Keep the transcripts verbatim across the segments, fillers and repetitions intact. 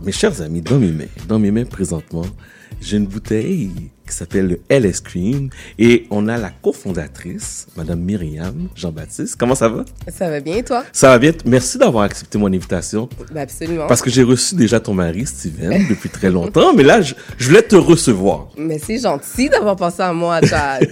mes chers amis, dans mes mains, dans mes mains présentement, j'ai une bouteille qui s'appelle le L S Cream et on a la cofondatrice, Madame Myriam Jean-Baptiste. Comment ça va? Ça va bien, et toi? Ça va bien. Merci d'avoir accepté mon invitation. Ben absolument. Parce que j'ai reçu déjà ton mari, Steven, depuis très longtemps, mais là, je, je voulais te recevoir. Mais c'est gentil d'avoir pensé à moi, Chad.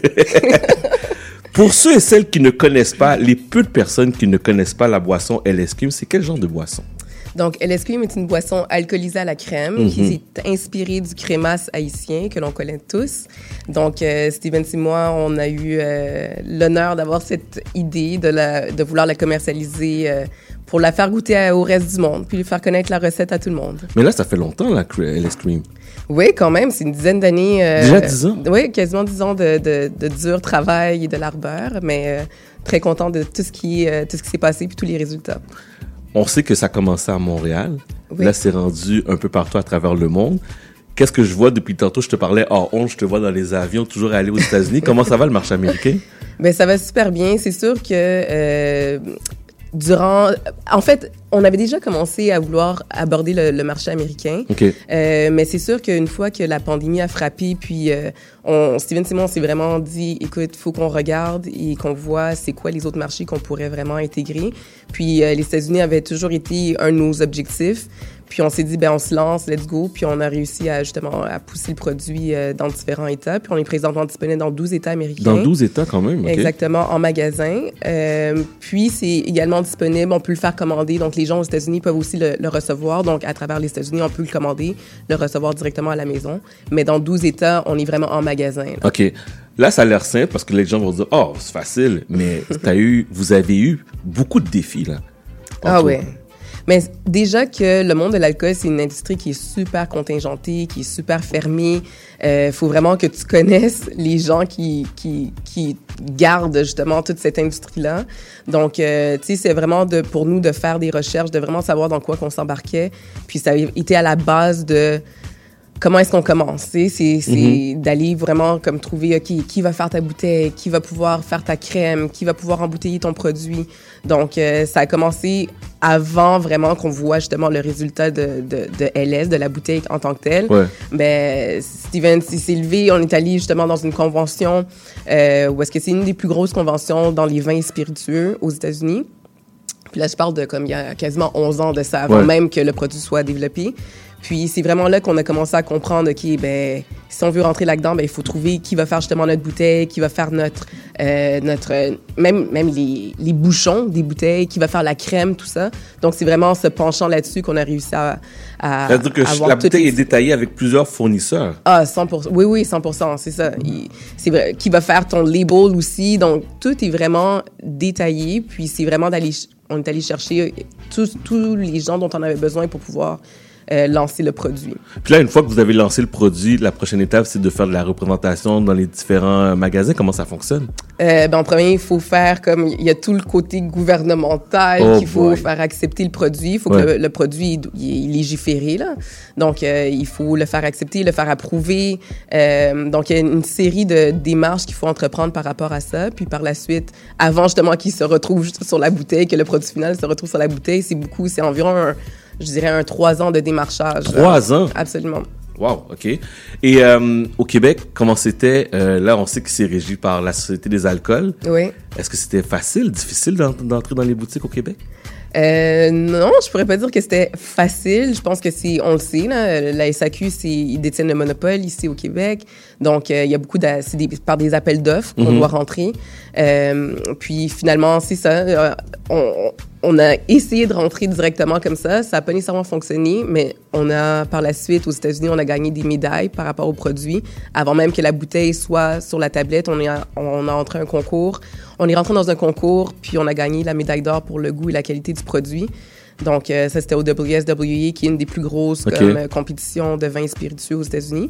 Pour ceux et celles qui ne connaissent pas, les peu de personnes qui ne connaissent pas la boisson L S Cream, c'est quel genre de boisson? Donc, L S Cream est une boisson alcoolisée à la crème mm-hmm. qui est inspirée du crémasse haïtien que l'on connaît tous. Donc, euh, Steven et moi, on a eu euh, l'honneur d'avoir cette idée de, la, de vouloir la commercialiser euh, pour la faire goûter à, au reste du monde, puis faire connaître la recette à tout le monde. Mais là, ça fait longtemps, la L S Cream. Oui, quand même, c'est une dizaine d'années. Euh, Déjà dix ans? Oui, quasiment dix ans de, de, de dur travail et de l'ardeur, mais euh, très content de tout ce qui, euh, tout ce qui s'est passé puis tous les résultats. On sait que ça a commencé à Montréal. Oui. Là, c'est rendu un peu partout à travers le monde. Qu'est-ce que je vois depuis tantôt? Je te parlais hors honte, je te vois dans les avions, toujours aller aux États-Unis. Comment ça va, le marché américain? Bien, ça va super bien. C'est sûr que euh, durant... En fait, on avait déjà commencé à vouloir aborder le, le marché américain. Okay. Euh, mais c'est sûr qu'une fois que la pandémie a frappé, puis euh, on, Steven et moi, on s'est vraiment dit, écoute, il faut qu'on regarde et qu'on voit c'est quoi les autres marchés qu'on pourrait vraiment intégrer. Puis euh, les États-Unis avaient toujours été un de nos objectifs. Puis on s'est dit, ben on se lance, let's go. Puis on a réussi à justement à pousser le produit euh, dans différents États. Puis on est présentement disponible dans douze États américains. Dans douze États quand même, OK. Exactement, en magasin. Euh, puis c'est également disponible, on peut le faire commander. Donc les gens aux États-Unis peuvent aussi le, le recevoir. Donc à travers les États-Unis, on peut le commander, le recevoir directement à la maison. Mais dans douze États, on est vraiment en magasin. Là. OK. Là, ça a l'air simple parce que les gens vont dire, oh, c'est facile. Mais t'as eu, vous avez eu beaucoup de défis, là. Ah oui. Mais déjà que le monde de l'alcool, c'est une industrie qui est super contingentée, qui est super fermée. Il euh, faut vraiment que tu connaisses les gens qui, qui, qui gardent justement toute cette industrie-là. Donc, euh, tu sais, c'est vraiment de, pour nous de faire des recherches, de vraiment savoir dans quoi qu'on s'embarquait. Puis ça a été à la base de... Comment est-ce qu'on commence? C'est, c'est mm-hmm. d'aller vraiment comme trouver okay, qui va faire ta bouteille, qui va pouvoir faire ta crème, qui va pouvoir embouteiller ton produit. Donc, euh, ça a commencé avant vraiment qu'on voit justement le résultat de, de, de L S, de la bouteille en tant que telle. Ouais. Ben, Steven s'est levé, on est allé justement dans une convention euh, où est-ce que c'est une des plus grosses conventions dans les vins spiritueux aux États-Unis. Puis là, je parle de comme il y a quasiment onze ans de ça, avant ouais. même que le produit soit développé. Puis c'est vraiment là qu'on a commencé à comprendre, OK, ben si on veut rentrer là-dedans, ben il faut trouver qui va faire justement notre bouteille, qui va faire notre... Euh, notre euh, même même les, les bouchons des bouteilles, qui va faire la crème, tout ça. Donc c'est vraiment en se penchant là-dessus qu'on a réussi à, à C'est-à-dire que avoir la bouteille les... est détaillée avec plusieurs fournisseurs. Ah, cent pour cent. Oui, oui, cent pour cent, c'est ça. Il, c'est vrai, qui va faire ton label aussi. Donc tout est vraiment détaillé. Puis c'est vraiment d'aller... On est allé chercher tous, tous les gens dont on avait besoin pour pouvoir... Euh, lancer le produit. Puis là, une fois que vous avez lancé le produit, la prochaine étape, c'est de faire de la représentation dans les différents magasins. Comment ça fonctionne? Euh, ben, en premier, il faut faire comme... Il y a tout le côté gouvernemental oh qu'il faut boy. faire accepter le produit. Il faut ouais. que le, le produit il est légiféré, là. Donc, euh, il faut le faire accepter, le faire approuver. Euh, donc, il y a une série de démarches qu'il faut entreprendre par rapport à ça. Puis par la suite, avant justement qu'il se retrouve juste sur la bouteille, que le produit final se retrouve sur la bouteille, c'est beaucoup, c'est environ un... je dirais un trois ans de démarchage. Trois là. ans? Absolument. Wow, OK. Et euh, au Québec, comment c'était? Euh, là, on sait que c'est régi par la Société des alcools. Oui. Est-ce que c'était facile, difficile d'entrer dans les boutiques au Québec? Euh, non, je pourrais pas dire que c'était facile. Je pense que c'est, on le sait, là, la S A Q, c'est, ils détiennent le monopole ici au Québec. Donc, euh, il y a beaucoup de, c'est des, par des appels d'offres qu'on mm-hmm. doit rentrer. Euh, puis finalement, c'est ça. Euh, on, on a essayé de rentrer directement comme ça. Ça n'a pas nécessairement fonctionné, mais on a, par la suite, aux États-Unis, on a gagné des médailles par rapport aux produits. Avant même que la bouteille soit sur la tablette, on, est, on a entré un concours. On est rentré dans un concours, puis on a gagné la médaille d'or pour le goût et la qualité du produit. Donc, euh, ça, c'était au W S W E, qui est une des plus grosses okay. comme, euh, compétitions de vins spiritueux aux États-Unis.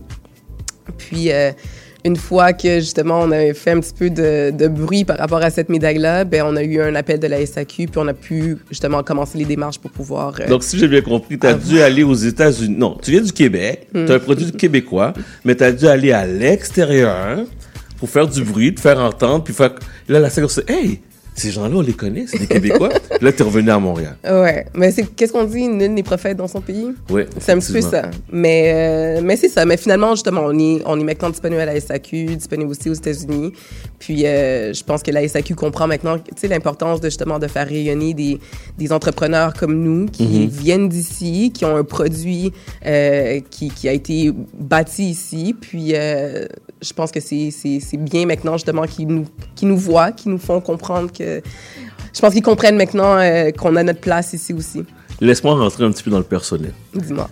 Puis, euh, une fois que, justement, on avait fait un petit peu de, de bruit par rapport à cette médaille-là, ben on a eu un appel de la S A Q, puis on a pu, justement, commencer les démarches pour pouvoir... Euh, Donc, si j'ai bien compris, tu as dû aller aux États-Unis. Non, tu viens du Québec, mm. tu as un produit québécois, mais tu as dû aller à l'extérieur pour faire du bruit, te faire entendre, puis faire... Là, la S A Q, c'est « Hey, ces gens-là, on les connaît, c'est des Québécois. Là, t'es revenu à Montréal. Ouais, mais c'est qu'est-ce qu'on dit, nul n'est prophète dans son pays. Ouais, c'est un petit peu ça. Mais euh, mais c'est ça. Mais finalement, justement, on est on est maintenant disponible à la S A Q, disponible aussi aux États-Unis. Puis euh, je pense que la S A Q comprend maintenant, tu sais, l'importance de justement de faire rayonner des des entrepreneurs comme nous qui mm-hmm. viennent d'ici, qui ont un produit euh, qui qui a été bâti ici. Puis euh, je pense que c'est c'est c'est bien maintenant justement qu'ils nous qu'ils nous voient, qu'ils nous font comprendre que je pense qu'ils comprennent maintenant euh, qu'on a notre place ici aussi. Laisse-moi rentrer un petit peu dans le personnel. Dis-moi.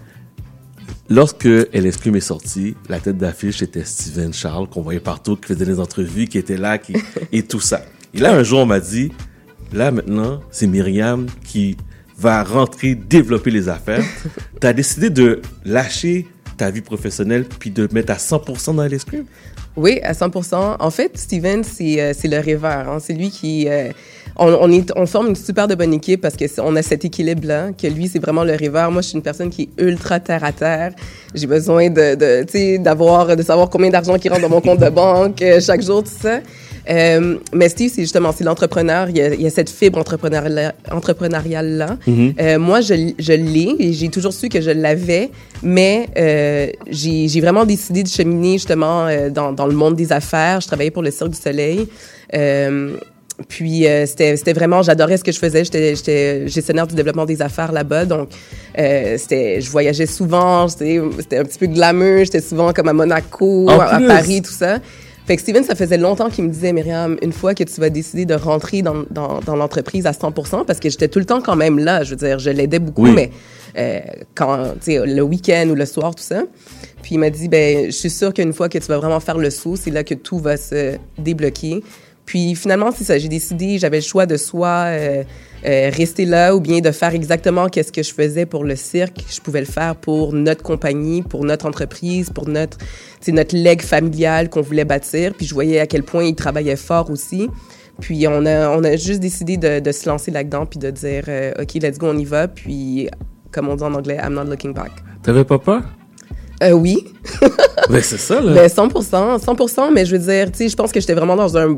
Lorsque L S Cream est sorti, la tête d'affiche était Steven Charles, qu'on voyait partout, qui faisait des entrevues, qui était là, qui, et tout ça. Et là, un jour, on m'a dit, là, maintenant, c'est Myriam qui va rentrer, développer les affaires. Tu as décidé de lâcher ta vie professionnelle puis de te mettre à cent pour cent dans L S Cream? Oui, à cent pour cent. En fait, Steven, c'est, euh, c'est le rêveur. Hein. C'est lui qui... Euh, on, on, est, on forme une super de bonne équipe parce qu'on a cet équilibre-là, que lui, c'est vraiment le rêveur. Moi, je suis une personne qui est ultra terre-à-terre. J'ai besoin de, de, tu sais, d'avoir, de savoir combien d'argent qui rentre dans mon compte de banque euh, chaque jour, tout ça. Euh, mais Steve, c'est justement, c'est l'entrepreneur. Il y a, il y a cette fibre entrepreneuriale, entrepreneuriale-là. Mm-hmm. Euh, moi, je, je l'ai et j'ai toujours su que je l'avais, mais euh, j'ai, j'ai vraiment décidé de cheminer justement euh, dans, dans le monde des affaires. Je travaillais pour le Cirque du Soleil. Euh, Puis, euh, c'était, c'était vraiment, j'adorais ce que je faisais. J'étais, j'étais gestionnaire du développement des affaires là-bas. Donc, euh, c'était, je voyageais souvent. C'était, c'était un petit peu glamour. J'étais souvent comme à Monaco, à, à Paris, tout ça. Fait que Steven, ça faisait longtemps qu'il me disait, Myriam, une fois que tu vas décider de rentrer dans, dans, dans l'entreprise à cent pour cent, parce que j'étais tout le temps quand même là. Je veux dire, je l'aidais beaucoup, oui. mais euh, quand, tu sais, le week-end ou le soir, tout ça. Puis il m'a dit, ben, je suis sûre qu'une fois que tu vas vraiment faire le saut, c'est là que tout va se débloquer. Puis finalement, c'est ça. J'ai décidé, j'avais le choix de soit euh, euh, rester là ou bien de faire exactement qu'est-ce que je faisais pour le cirque. Je pouvais le faire pour notre compagnie, pour notre entreprise, pour notre, tu sais, notre legs familial qu'on voulait bâtir. Puis je voyais à quel point il travaillait fort aussi. Puis on a, on a juste décidé de, de se lancer là-dedans puis de dire, euh, OK, let's go, on y va. Puis, comme on dit en anglais, I'm not looking back. T'avais pas peur? Euh, oui. Ben, c'est ça, là. Ben, cent pour cent, cent pour cent, mais je veux dire, tu sais, je pense que j'étais vraiment dans un...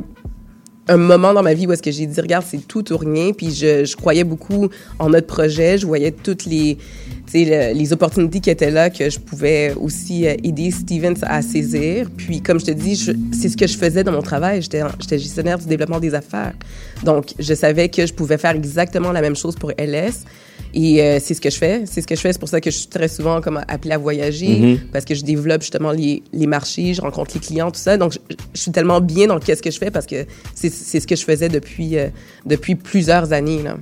un moment dans ma vie où est-ce que j'ai dit, regarde, c'est tout ou rien. Puis je, je croyais beaucoup en notre projet. Je voyais toutes les, tu sais, le, les opportunités qui étaient là que je pouvais aussi aider Steven à saisir. Puis comme je te dis, je, c'est ce que je faisais dans mon travail. J'étais, j'étais gestionnaire du développement des affaires. Donc, je savais que je pouvais faire exactement la même chose pour L S. Et euh, c'est ce que je fais. C'est ce que je fais. C'est pour ça que je suis très souvent comme appelée à voyager, mm-hmm. parce que je développe justement les, les marchés, je rencontre les clients, tout ça. Donc, je, je suis tellement bien dans qu'est-ce que je fais parce que c'est, c'est ce que je faisais depuis, euh, depuis plusieurs années. Là.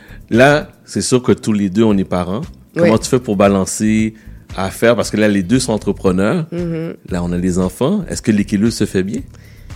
Là, c'est sûr que tous les deux, on est parents. Comment oui. tu fais pour balancer affaires? Parce que là, les deux sont entrepreneurs. Mm-hmm. Là, on a les enfants. Est-ce que l'équilibre se fait bien?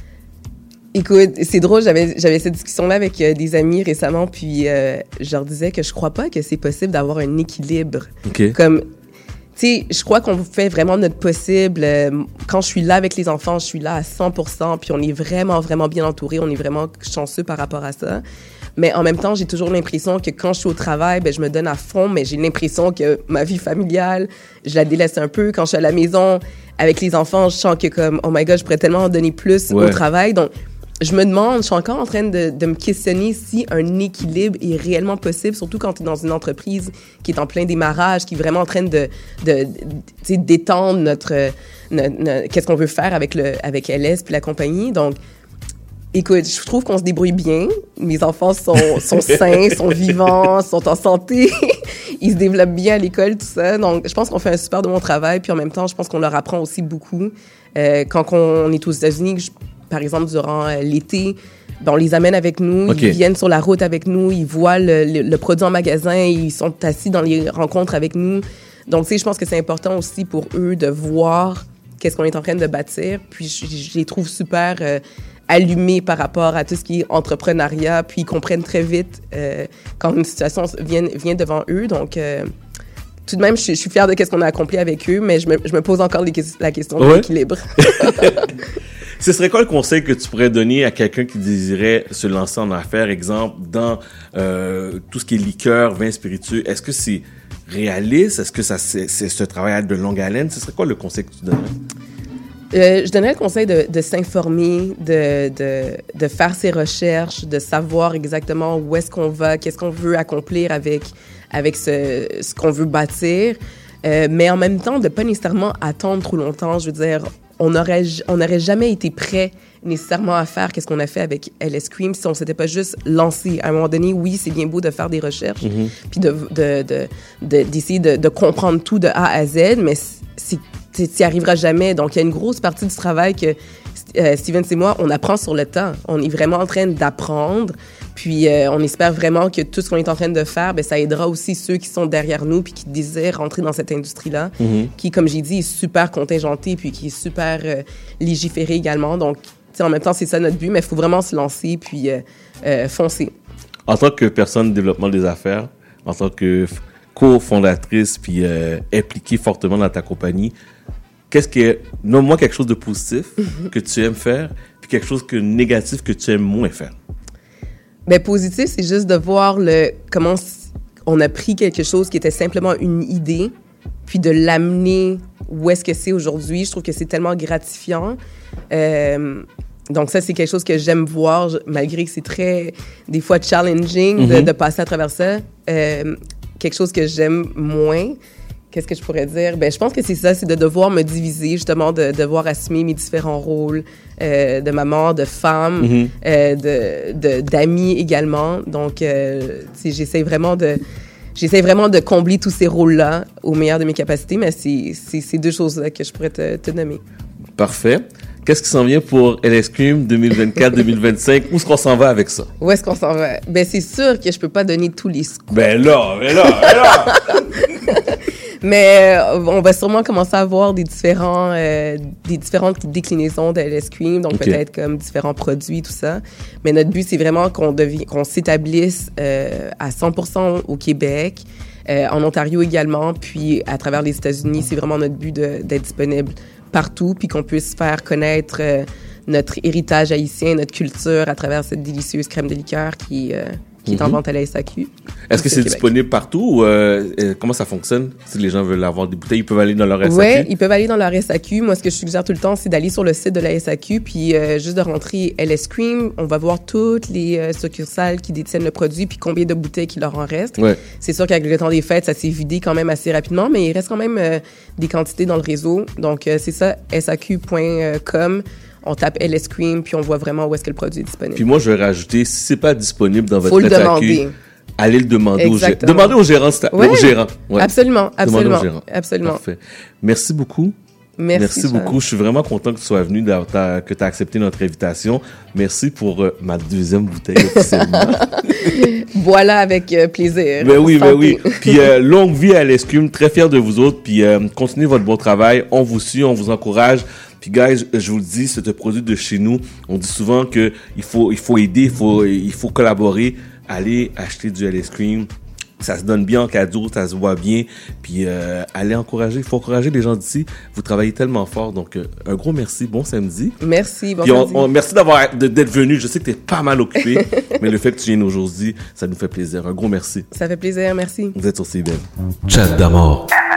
Écoute, c'est drôle, j'avais j'avais cette discussion-là avec euh, des amis récemment, puis euh, je leur disais que je crois pas que c'est possible d'avoir un équilibre. Okay. Comme, tu sais, je crois qu'on fait vraiment notre possible. Euh, quand je suis là avec les enfants, je suis là à cent pour cent, puis on est vraiment, vraiment bien entourés, on est vraiment chanceux par rapport à ça. Mais en même temps, j'ai toujours l'impression que quand je suis au travail, ben je me donne à fond, mais j'ai l'impression que ma vie familiale, je la délaisse un peu. Quand je suis à la maison avec les enfants, je sens que comme, oh my God, je pourrais tellement en donner plus ouais. au travail. Donc, je me demande, je suis encore en train de, de me questionner si un équilibre est réellement possible, surtout quand tu es dans une entreprise qui est en plein démarrage, qui est vraiment en train de, de, de d'étendre notre, notre, notre, qu'est-ce qu'on veut faire avec, le, avec L S puis la compagnie. Donc, écoute, je trouve qu'on se débrouille bien. Mes enfants sont, sont sains, sont vivants, sont en santé. Ils se développent bien à l'école, tout ça. Donc, je pense qu'on fait un super de bon travail. Puis en même temps, je pense qu'on leur apprend aussi beaucoup. Euh, quand on est aux États-Unis, je, par exemple, durant euh, l'été, ben, on les amène avec nous, okay. Ils viennent sur la route avec nous, ils voient le, le, le produit en magasin, ils sont assis dans les rencontres avec nous. Donc, tu sais, je pense que c'est important aussi pour eux de voir qu'est-ce qu'on est en train de bâtir. Puis, je, je les trouve super euh, allumés par rapport à tout ce qui est entrepreneuriat. Puis, ils comprennent très vite euh, quand une situation vient, vient devant eux. Donc, euh, tout de même, je, je suis fière de ce qu'on a accompli avec eux, mais je me, je me pose encore les, la question de ouais. l'équilibre. Ce serait quoi le conseil que tu pourrais donner à quelqu'un qui désirait se lancer en affaires, exemple, dans euh, tout ce qui est liqueur, vin spiritueux? Est-ce que c'est réaliste? Est-ce que ça, c'est, c'est ce travail de longue haleine? Ce serait quoi le conseil que tu donnerais? Euh, je donnerais le conseil de, de s'informer, de, de, de faire ses recherches, de savoir exactement où est-ce qu'on va, qu'est-ce qu'on veut accomplir avec, avec ce, ce qu'on veut bâtir. Euh, mais en même temps, de pas nécessairement attendre trop longtemps. Je veux dire, on n'aurait on n'aurait jamais été prêt nécessairement à faire qu'est-ce qu'on a fait avec L S Cream si on s'était pas juste lancé. À un moment donné, oui, c'est bien beau de faire des recherches, mm-hmm. puis de, de, de, de, d'essayer de, de comprendre tout de A à Z, mais c'est tu n'y arriveras jamais. Donc, il y a une grosse partie du travail que euh, Steven et moi, on apprend sur le temps. On est vraiment en train d'apprendre. Puis, euh, on espère vraiment que tout ce qu'on est en train de faire, ben, ça aidera aussi ceux qui sont derrière nous puis qui désirent rentrer dans cette industrie-là, mm-hmm. qui, comme j'ai dit, est super contingentée puis qui est super euh, légiférée également. Donc, en même temps, c'est ça notre but, mais il faut vraiment se lancer puis euh, euh, foncer. En tant que personne de développement des affaires, en tant que co-fondatrice puis euh, impliquée fortement dans ta compagnie, qu'est-ce que est, nomme-moi quelque chose de positif que tu aimes faire, puis quelque chose de négatif que tu aimes moins faire. Ben positif, c'est juste de voir le comment on a pris quelque chose qui était simplement une idée, puis de l'amener où est-ce que c'est aujourd'hui. Je trouve que c'est tellement gratifiant. Euh, donc ça, c'est quelque chose que j'aime voir, malgré que c'est très, des fois, challenging de, mm-hmm. de passer à travers ça. Euh, quelque chose que j'aime moins. Qu'est-ce que je pourrais dire? Ben, je pense que c'est ça, c'est de devoir me diviser, justement, de devoir assumer mes différents rôles euh, de maman, de femme, mm-hmm. euh, de, de, d'amis également. Donc, euh, j'essaie vraiment de... J'essaie vraiment de combler tous ces rôles-là au meilleur de mes capacités, mais c'est, c'est ces deux choses-là que je pourrais te, te nommer. Parfait. Qu'est-ce qui s'en vient pour L S Cream deux mille vingt-quatre deux mille vingt-cinq? Où est-ce qu'on s'en va avec ça? Où est-ce qu'on s'en va? Ben, c'est sûr que je peux pas donner tous les scoops. Ben là, ben là, ben là! Mais euh, on va sûrement commencer à voir des, différents, euh, des différentes déclinaisons de L S Cream, donc okay. peut-être comme différents produits, tout ça. Mais notre but, c'est vraiment qu'on, devi- qu'on s'établisse euh, à cent pour cent au Québec, euh, en Ontario également, puis à travers les États-Unis. C'est vraiment notre but de, d'être disponible partout, puis qu'on puisse faire connaître euh, notre héritage haïtien, notre culture à travers cette délicieuse crème de liqueur qui... Euh, qui est mm-hmm. en vente à la S A Q. Est-ce que c'est Québec. Disponible partout ou euh, euh, comment ça fonctionne? Si les gens veulent avoir des bouteilles, ils peuvent aller dans leur S A Q? Oui, ils peuvent aller dans leur S A Q. Moi, ce que je suggère tout le temps, c'est d'aller sur le site de la S A Q puis euh, juste de rentrer L S Cream. On va voir toutes les euh, succursales qui détiennent le produit puis combien de bouteilles il leur en reste. Ouais. C'est sûr qu'avec le temps des fêtes, ça s'est vidé quand même assez rapidement, mais il reste quand même euh, des quantités dans le réseau. Donc, euh, c'est ça, S A Q point com. On tape L S Cream, puis on voit vraiment où est-ce que le produit est disponible. Puis moi, je vais rajouter, si c'est pas disponible dans votre S A Q, S A Q, allez le demander au gérant. Demandez au gérant. Ouais, au gérant. Ouais. Absolument, absolument. Au gérant. Absolument. Parfait. Merci beaucoup. Merci, Merci beaucoup. Je suis vraiment content que tu sois venu, que tu as accepté notre invitation. Merci pour euh, ma deuxième bouteille officiellement. Voilà, avec euh, plaisir. Ben oui, ben oui. Puis euh, longue vie à L S Cream. Très fier de vous autres. Puis euh, continuez votre bon travail. On vous suit, on vous encourage. Puis, guys, je vous le dis, c'est un produit de chez nous. On dit souvent que il faut, il faut aider, il faut, il faut collaborer. Allez acheter du L S Cream. Ça se donne bien en cadeau, ça se voit bien. Puis, euh, allez encourager. Il faut encourager les gens d'ici. Vous travaillez tellement fort. Donc, euh, un gros merci. Bon samedi. Merci. Bon Puis samedi. On, on, merci d'avoir, de, d'être venu. Je sais que tu es pas mal occupé. Mais le fait que tu viennes aujourd'hui, ça nous fait plaisir. Un gros merci. Ça fait plaisir. Merci. Vous êtes sur C I B L. Chat d'amour.